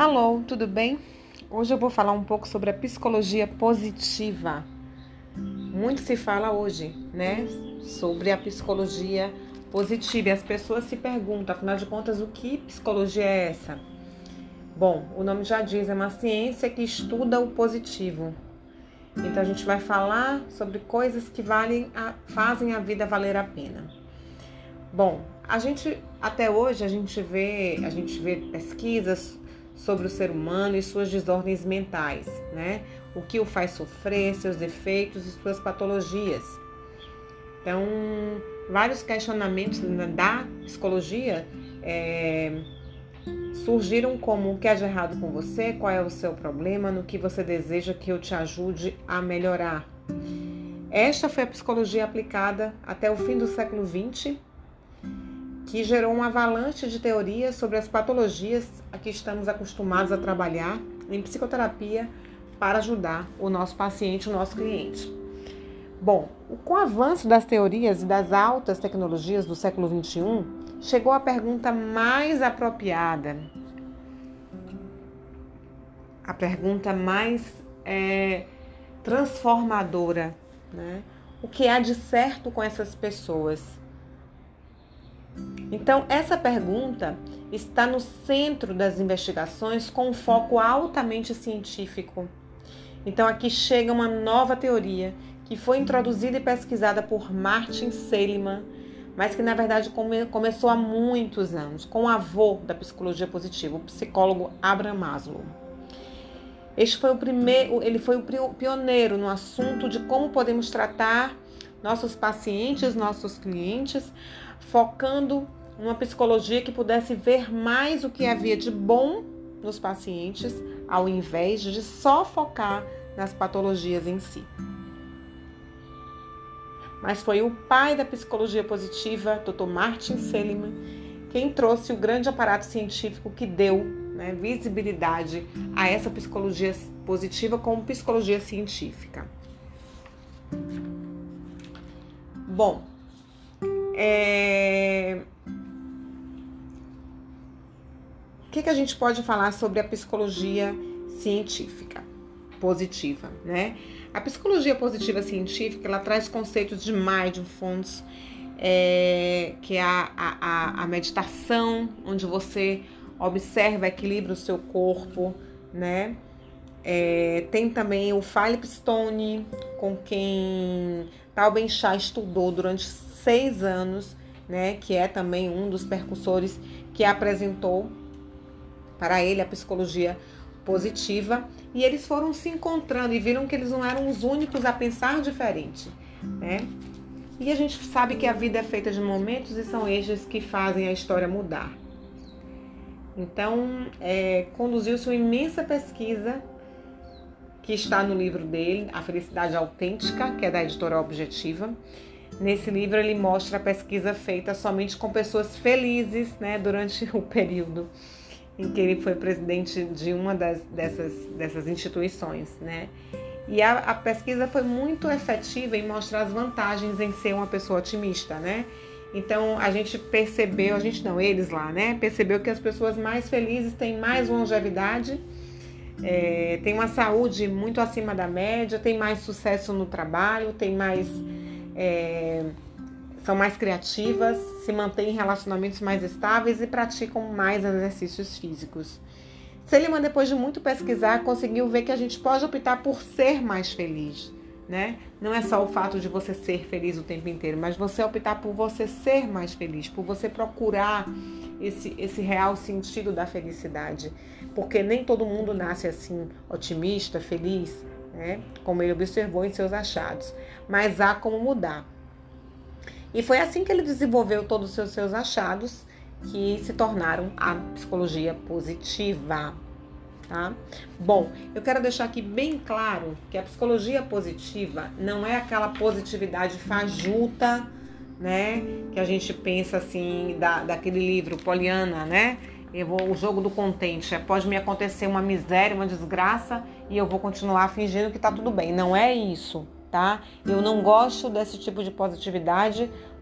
Alô, tudo bem? Hoje eu vou falar um pouco sobre a psicologia positiva. Muito se fala hoje, né, sobre a psicologia positiva e as pessoas se perguntam, afinal de contas, o que psicologia é essa? Bom, o nome já diz, é uma ciência que estuda o positivo. Então a gente vai falar sobre coisas que fazem a vida valer a pena. Bom, até hoje a gente vê pesquisas sobre o ser humano e suas desordens mentais, né? O que o faz sofrer, seus defeitos e suas patologias. Então, vários questionamentos da psicologia surgiram como: o que é de errado com você, qual é o seu problema, no que você deseja que eu te ajude a melhorar. Esta foi a psicologia aplicada até o fim do século XX, que gerou uma avalanche de teorias sobre as patologias a que estamos acostumados a trabalhar em psicoterapia para ajudar o nosso paciente, o nosso cliente. Bom, com o avanço das teorias e das altas tecnologias do século XXI, chegou a pergunta mais apropriada, a pergunta mais transformadora, né? O que há de certo com essas pessoas? Então, essa pergunta está no centro das investigações com um foco altamente científico. Então, aqui chega uma nova teoria que foi introduzida e pesquisada por Martin Seligman, mas que, na verdade, começou há muitos anos, com o avô da psicologia positiva, o psicólogo Abraham Maslow. Ele foi o pioneiro no assunto de como podemos tratar nossos pacientes, nossos clientes, focando numa psicologia que pudesse ver mais o que havia de bom nos pacientes, ao invés de só focar nas patologias em si. Mas foi o pai da psicologia positiva, Dr. Martin Seligman, quem trouxe o grande aparato científico que deu, né, visibilidade a essa psicologia positiva como psicologia científica. Bom, o que a gente pode falar sobre a psicologia científica positiva, né? A psicologia positiva científica, ela traz conceitos de mindfulness, que é a meditação, onde você observa, equilibra o seu corpo, né? Tem também o Philip Stone, com quem Tal Ben-Shahar estudou durante 6 anos, né? Que é também um dos percussores que apresentou para ele a psicologia positiva, e eles foram se encontrando e viram que eles não eram os únicos a pensar diferente, né? E a gente sabe que a vida é feita de momentos e são estes que fazem a história mudar. Então, conduziu-se uma imensa pesquisa que está no livro dele, A Felicidade Autêntica, que é da editora Objetiva. Nesse livro ele mostra a pesquisa feita somente com pessoas felizes, né, durante o período em que ele foi presidente de uma dessas instituições, né? E a pesquisa foi muito efetiva em mostrar as vantagens em ser uma pessoa otimista, né? Então eles lá, né? Percebeu que as pessoas mais felizes têm mais longevidade, têm uma saúde muito acima da média, têm mais sucesso no trabalho, são mais criativas, se mantêm em relacionamentos mais estáveis e praticam mais exercícios físicos. Seligman, depois de muito pesquisar, conseguiu ver que a gente pode optar por ser mais feliz, né? Não é só o fato de você ser feliz o tempo inteiro, mas você optar por você ser mais feliz, por você procurar esse real sentido da felicidade. Porque nem todo mundo nasce assim, otimista, feliz, né? Como ele observou em seus achados. Mas há como mudar. E foi assim que ele desenvolveu todos os seus achados, que se tornaram a psicologia positiva, tá? Bom, eu quero deixar aqui bem claro que a psicologia positiva não é aquela positividade fajuta, né? Que a gente pensa assim, daquele livro, Poliana, né? O jogo do contente, pode me acontecer uma miséria, uma desgraça e eu vou continuar fingindo que tá tudo bem. Não é isso, tá? Eu não gosto desse tipo de positividade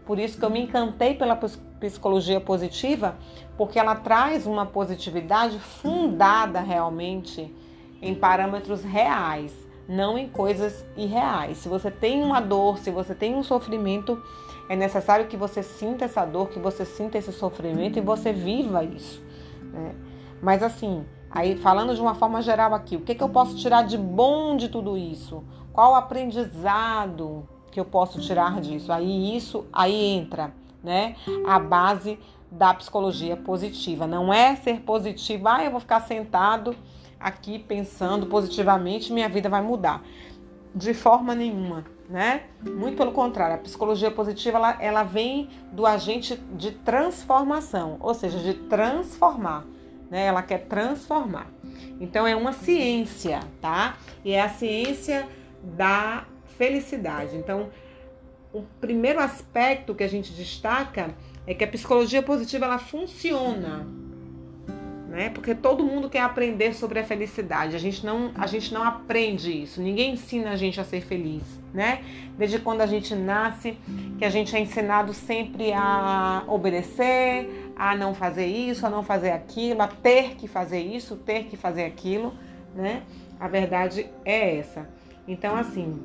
Por isso que eu me encantei pela psicologia positiva, porque ela traz uma positividade fundada realmente em parâmetros reais, não em coisas irreais. Se você tem uma dor, se você tem um sofrimento, é necessário que você sinta essa dor, que você sinta esse sofrimento e você viva isso, né? Mas assim, aí falando de uma forma geral aqui, o que eu posso tirar de bom de tudo isso? Qual o aprendizado que eu posso tirar disso? Aí entra, né, a base da psicologia positiva. Não é ser positivo, eu vou ficar sentado aqui pensando positivamente, minha vida vai mudar. De forma nenhuma, né? Muito pelo contrário, a psicologia positiva ela vem do agente de transformação, ou seja, de transformar, né? Ela quer transformar. Então é uma ciência, tá? E é a ciência da felicidade. Então, o primeiro aspecto que a gente destaca é que a psicologia positiva ela funciona, né? Porque todo mundo quer aprender sobre a felicidade. A gente não aprende isso. Ninguém ensina a gente a ser feliz, né? Desde quando a gente nasce, que a gente é ensinado sempre a obedecer, a não fazer isso, a não fazer aquilo, a ter que fazer isso, ter que fazer aquilo, né? A verdade é essa. Então, assim,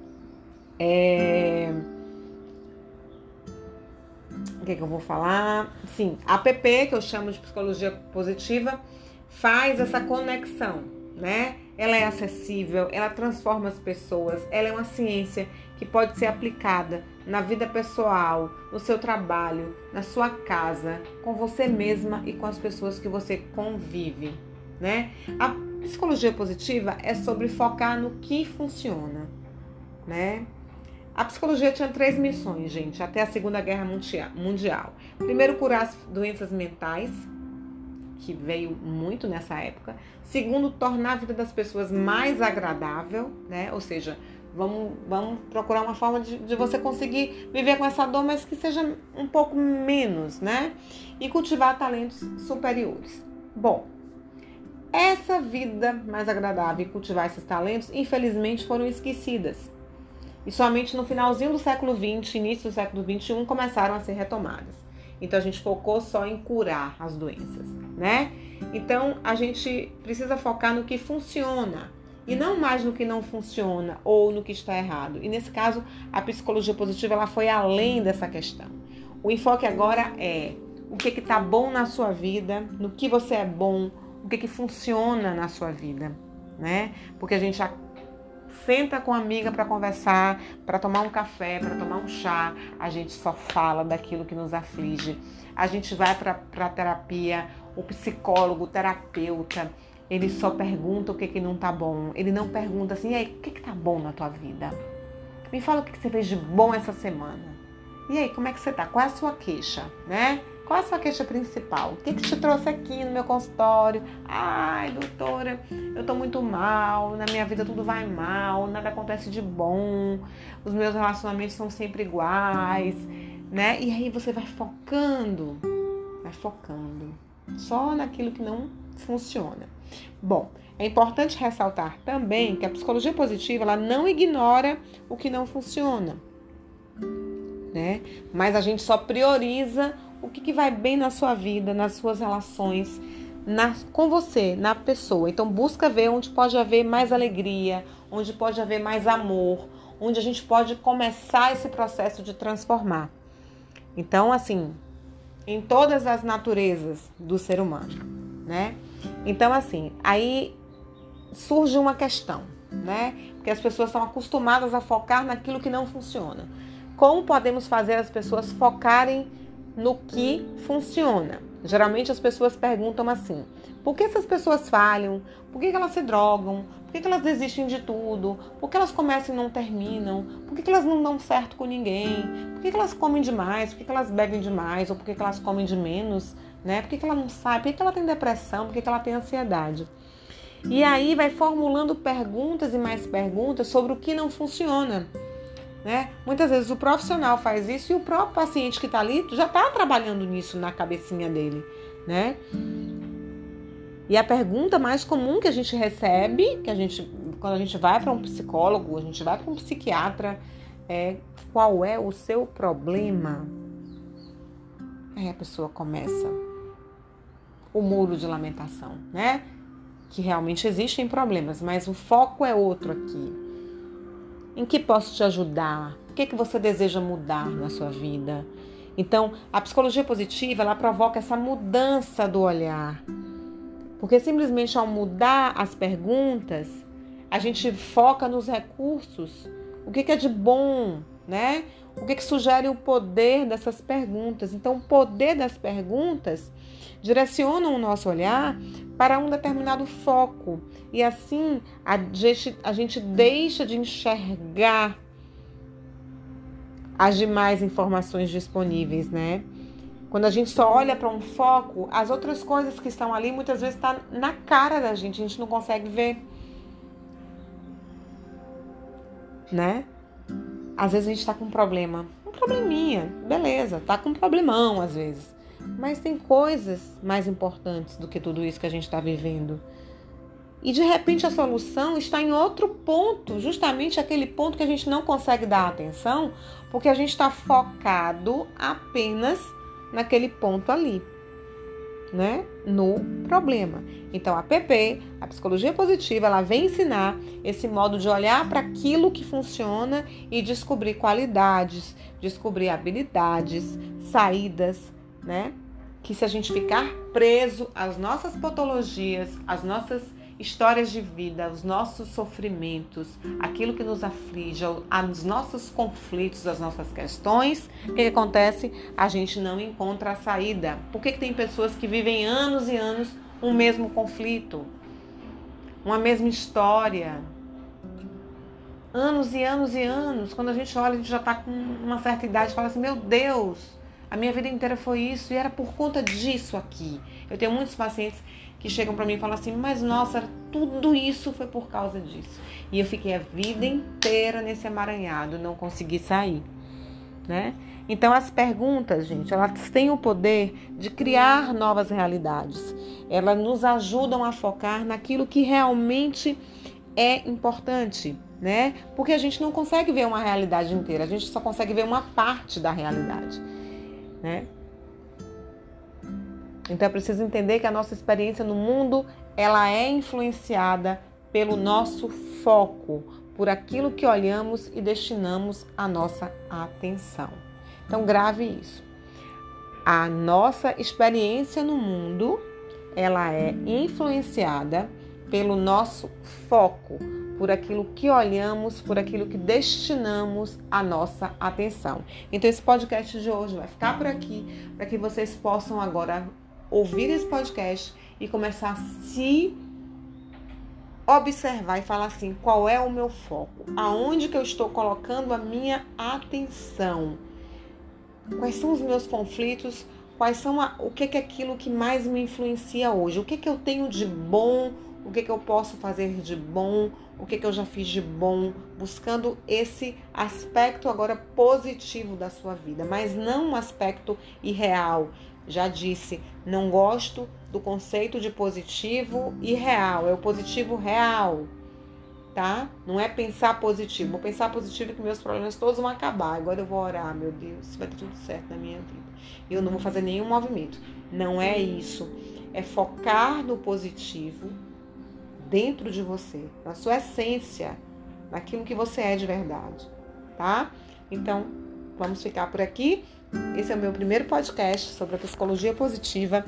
o que eu vou falar? Sim, a APP, que eu chamo de psicologia positiva, faz essa conexão, né? Ela é acessível, ela transforma as pessoas, ela é uma ciência que pode ser aplicada na vida pessoal, no seu trabalho, na sua casa, com você mesma e com as pessoas que você convive, né? A psicologia positiva é sobre focar no que funciona, né? A psicologia tinha 3 missões, gente, até a Segunda Guerra Mundial. Primeiro, curar as doenças mentais, que veio muito nessa época. Segundo, tornar a vida das pessoas mais agradável, né? Ou seja, vamos procurar uma forma de você conseguir viver com essa dor, mas que seja um pouco menos, né? E cultivar talentos superiores. Bom, essa vida mais agradável e cultivar esses talentos, infelizmente, foram esquecidas. E somente no finalzinho do século XX, início do século XXI, começaram a ser retomadas. Então, a gente focou só em curar as doenças, né? Então, a gente precisa focar no que funciona e não mais no que não funciona ou no que está errado. E, nesse caso, a psicologia positiva ela foi além dessa questão. O enfoque agora é o que está bom na sua vida, no que você é bom, o que funciona na sua vida, né? Porque a gente senta com a amiga para conversar, para tomar um café, para tomar um chá, a gente só fala daquilo que nos aflige. A gente vai para a terapia, o psicólogo, o terapeuta, ele só pergunta o que não tá bom. Ele não pergunta assim, e aí, o que tá bom na tua vida? Me fala o que você fez de bom essa semana. E aí, como é que você tá? Qual é a sua queixa, né? Qual é a sua queixa principal? O que te trouxe aqui no meu consultório? Ai, doutora, eu tô muito mal, na minha vida tudo vai mal, nada acontece de bom, os meus relacionamentos são sempre iguais, né? E aí você vai focando só naquilo que não funciona. Bom, é importante ressaltar também que a psicologia positiva, ela não ignora o que não funciona, né? Mas a gente só prioriza o que vai bem na sua vida, nas suas relações, com você, na pessoa. Então busca ver onde pode haver mais alegria, onde pode haver mais amor, onde a gente pode começar esse processo de transformar. Então, assim, em todas as naturezas do ser humano, né? Então, assim, aí surge uma questão, né? Porque as pessoas estão acostumadas a focar naquilo que não funciona. Como podemos fazer as pessoas focarem no que funciona? Geralmente as pessoas perguntam assim: por que essas pessoas falham? Por que elas se drogam? Por que elas desistem de tudo? Por que elas começam e não terminam? Por que elas não dão certo com ninguém? Por que elas comem demais? Por que elas bebem demais? Ou por que elas comem de menos? Né? Por que ela não sabe? Por que ela tem depressão? Por que ela tem ansiedade? E aí vai formulando perguntas e mais perguntas sobre o que não funciona, né? Muitas vezes o profissional faz isso e o próprio paciente que está ali já está trabalhando nisso na cabecinha dele, né? E a pergunta mais comum que a gente recebe, quando a gente vai para um psicólogo, a gente vai para um psiquiatra, é qual é o seu problema. Aí a pessoa começa o muro de lamentação, né? Que realmente existem problemas, mas o foco é outro aqui. Em que posso te ajudar? O que você deseja mudar na sua vida? Então, a psicologia positiva, ela provoca essa mudança do olhar. Porque simplesmente ao mudar as perguntas, a gente foca nos recursos. O que é de bom, né? O que sugere o poder dessas perguntas? Então, o poder das perguntas direciona o nosso olhar para um determinado foco. E assim, a gente deixa de enxergar as demais informações disponíveis, né? Quando a gente só olha para um foco, as outras coisas que estão ali muitas vezes estão na cara da gente, a gente não consegue ver, né? Às vezes a gente está com um problema, um probleminha, beleza, tá com um problemão às vezes. Mas tem coisas mais importantes do que tudo isso que a gente está vivendo. E de repente a solução está em outro ponto, justamente aquele ponto que a gente não consegue dar atenção, porque a gente está focado apenas naquele ponto ali, né? No problema. Então a PP, a psicologia positiva, ela vem ensinar esse modo de olhar para aquilo que funciona e descobrir qualidades, descobrir habilidades, saídas, né? Que se a gente ficar preso às nossas patologias, às nossas histórias de vida, os nossos sofrimentos, aquilo que nos aflige, os nossos conflitos, as nossas questões, o que acontece? A gente não encontra a saída. Por que tem pessoas que vivem anos e anos um mesmo conflito, uma mesma história? Anos e anos e anos. Quando a gente olha, a gente já está com uma certa idade e fala assim, meu Deus, a minha vida inteira foi isso e era por conta disso aqui. Eu tenho muitos pacientes que chegam para mim e falam assim, mas nossa, tudo isso foi por causa disso. E eu fiquei a vida inteira nesse emaranhado, não consegui sair, né? Então as perguntas, gente, elas têm o poder de criar novas realidades. Elas nos ajudam a focar naquilo que realmente é importante, né? Porque a gente não consegue ver uma realidade inteira, a gente só consegue ver uma parte da realidade, né? Então é preciso entender que a nossa experiência no mundo, ela é influenciada pelo nosso foco, por aquilo que olhamos e destinamos a nossa atenção. Então grave isso. A nossa experiência no mundo, ela é influenciada pelo nosso foco, por aquilo que olhamos, por aquilo que destinamos a nossa atenção. Então esse podcast de hoje vai ficar por aqui, para que vocês possam agora ouvir esse podcast e começar a se observar e falar assim, qual é o meu foco? Aonde que eu estou colocando a minha atenção? Quais são os meus conflitos? Quais são o que é aquilo que mais me influencia hoje? O que eu tenho de bom? O que eu posso fazer de bom? O que eu já fiz de bom? Buscando esse aspecto agora positivo da sua vida, mas não um aspecto irreal. Já disse, não gosto do conceito de positivo e real, é o positivo real, tá? Não é pensar positivo, vou pensar positivo que meus problemas todos vão acabar, agora eu vou orar, meu Deus, vai dar tudo certo na minha vida, eu não vou fazer nenhum movimento. Não é isso, é focar no positivo dentro de você, na sua essência, naquilo que você é de verdade, tá? Então, vamos ficar por aqui. Esse é o meu primeiro podcast sobre a psicologia positiva.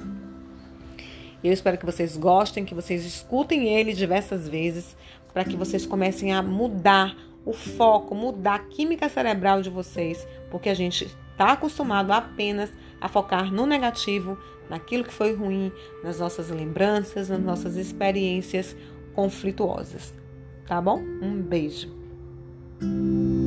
Eu espero que vocês gostem, que vocês escutem ele diversas vezes, para que vocês comecem a mudar o foco, mudar a química cerebral de vocês, porque a gente está acostumado apenas a focar no negativo, naquilo que foi ruim, nas nossas lembranças, nas nossas experiências conflituosas. Tá bom? Um beijo.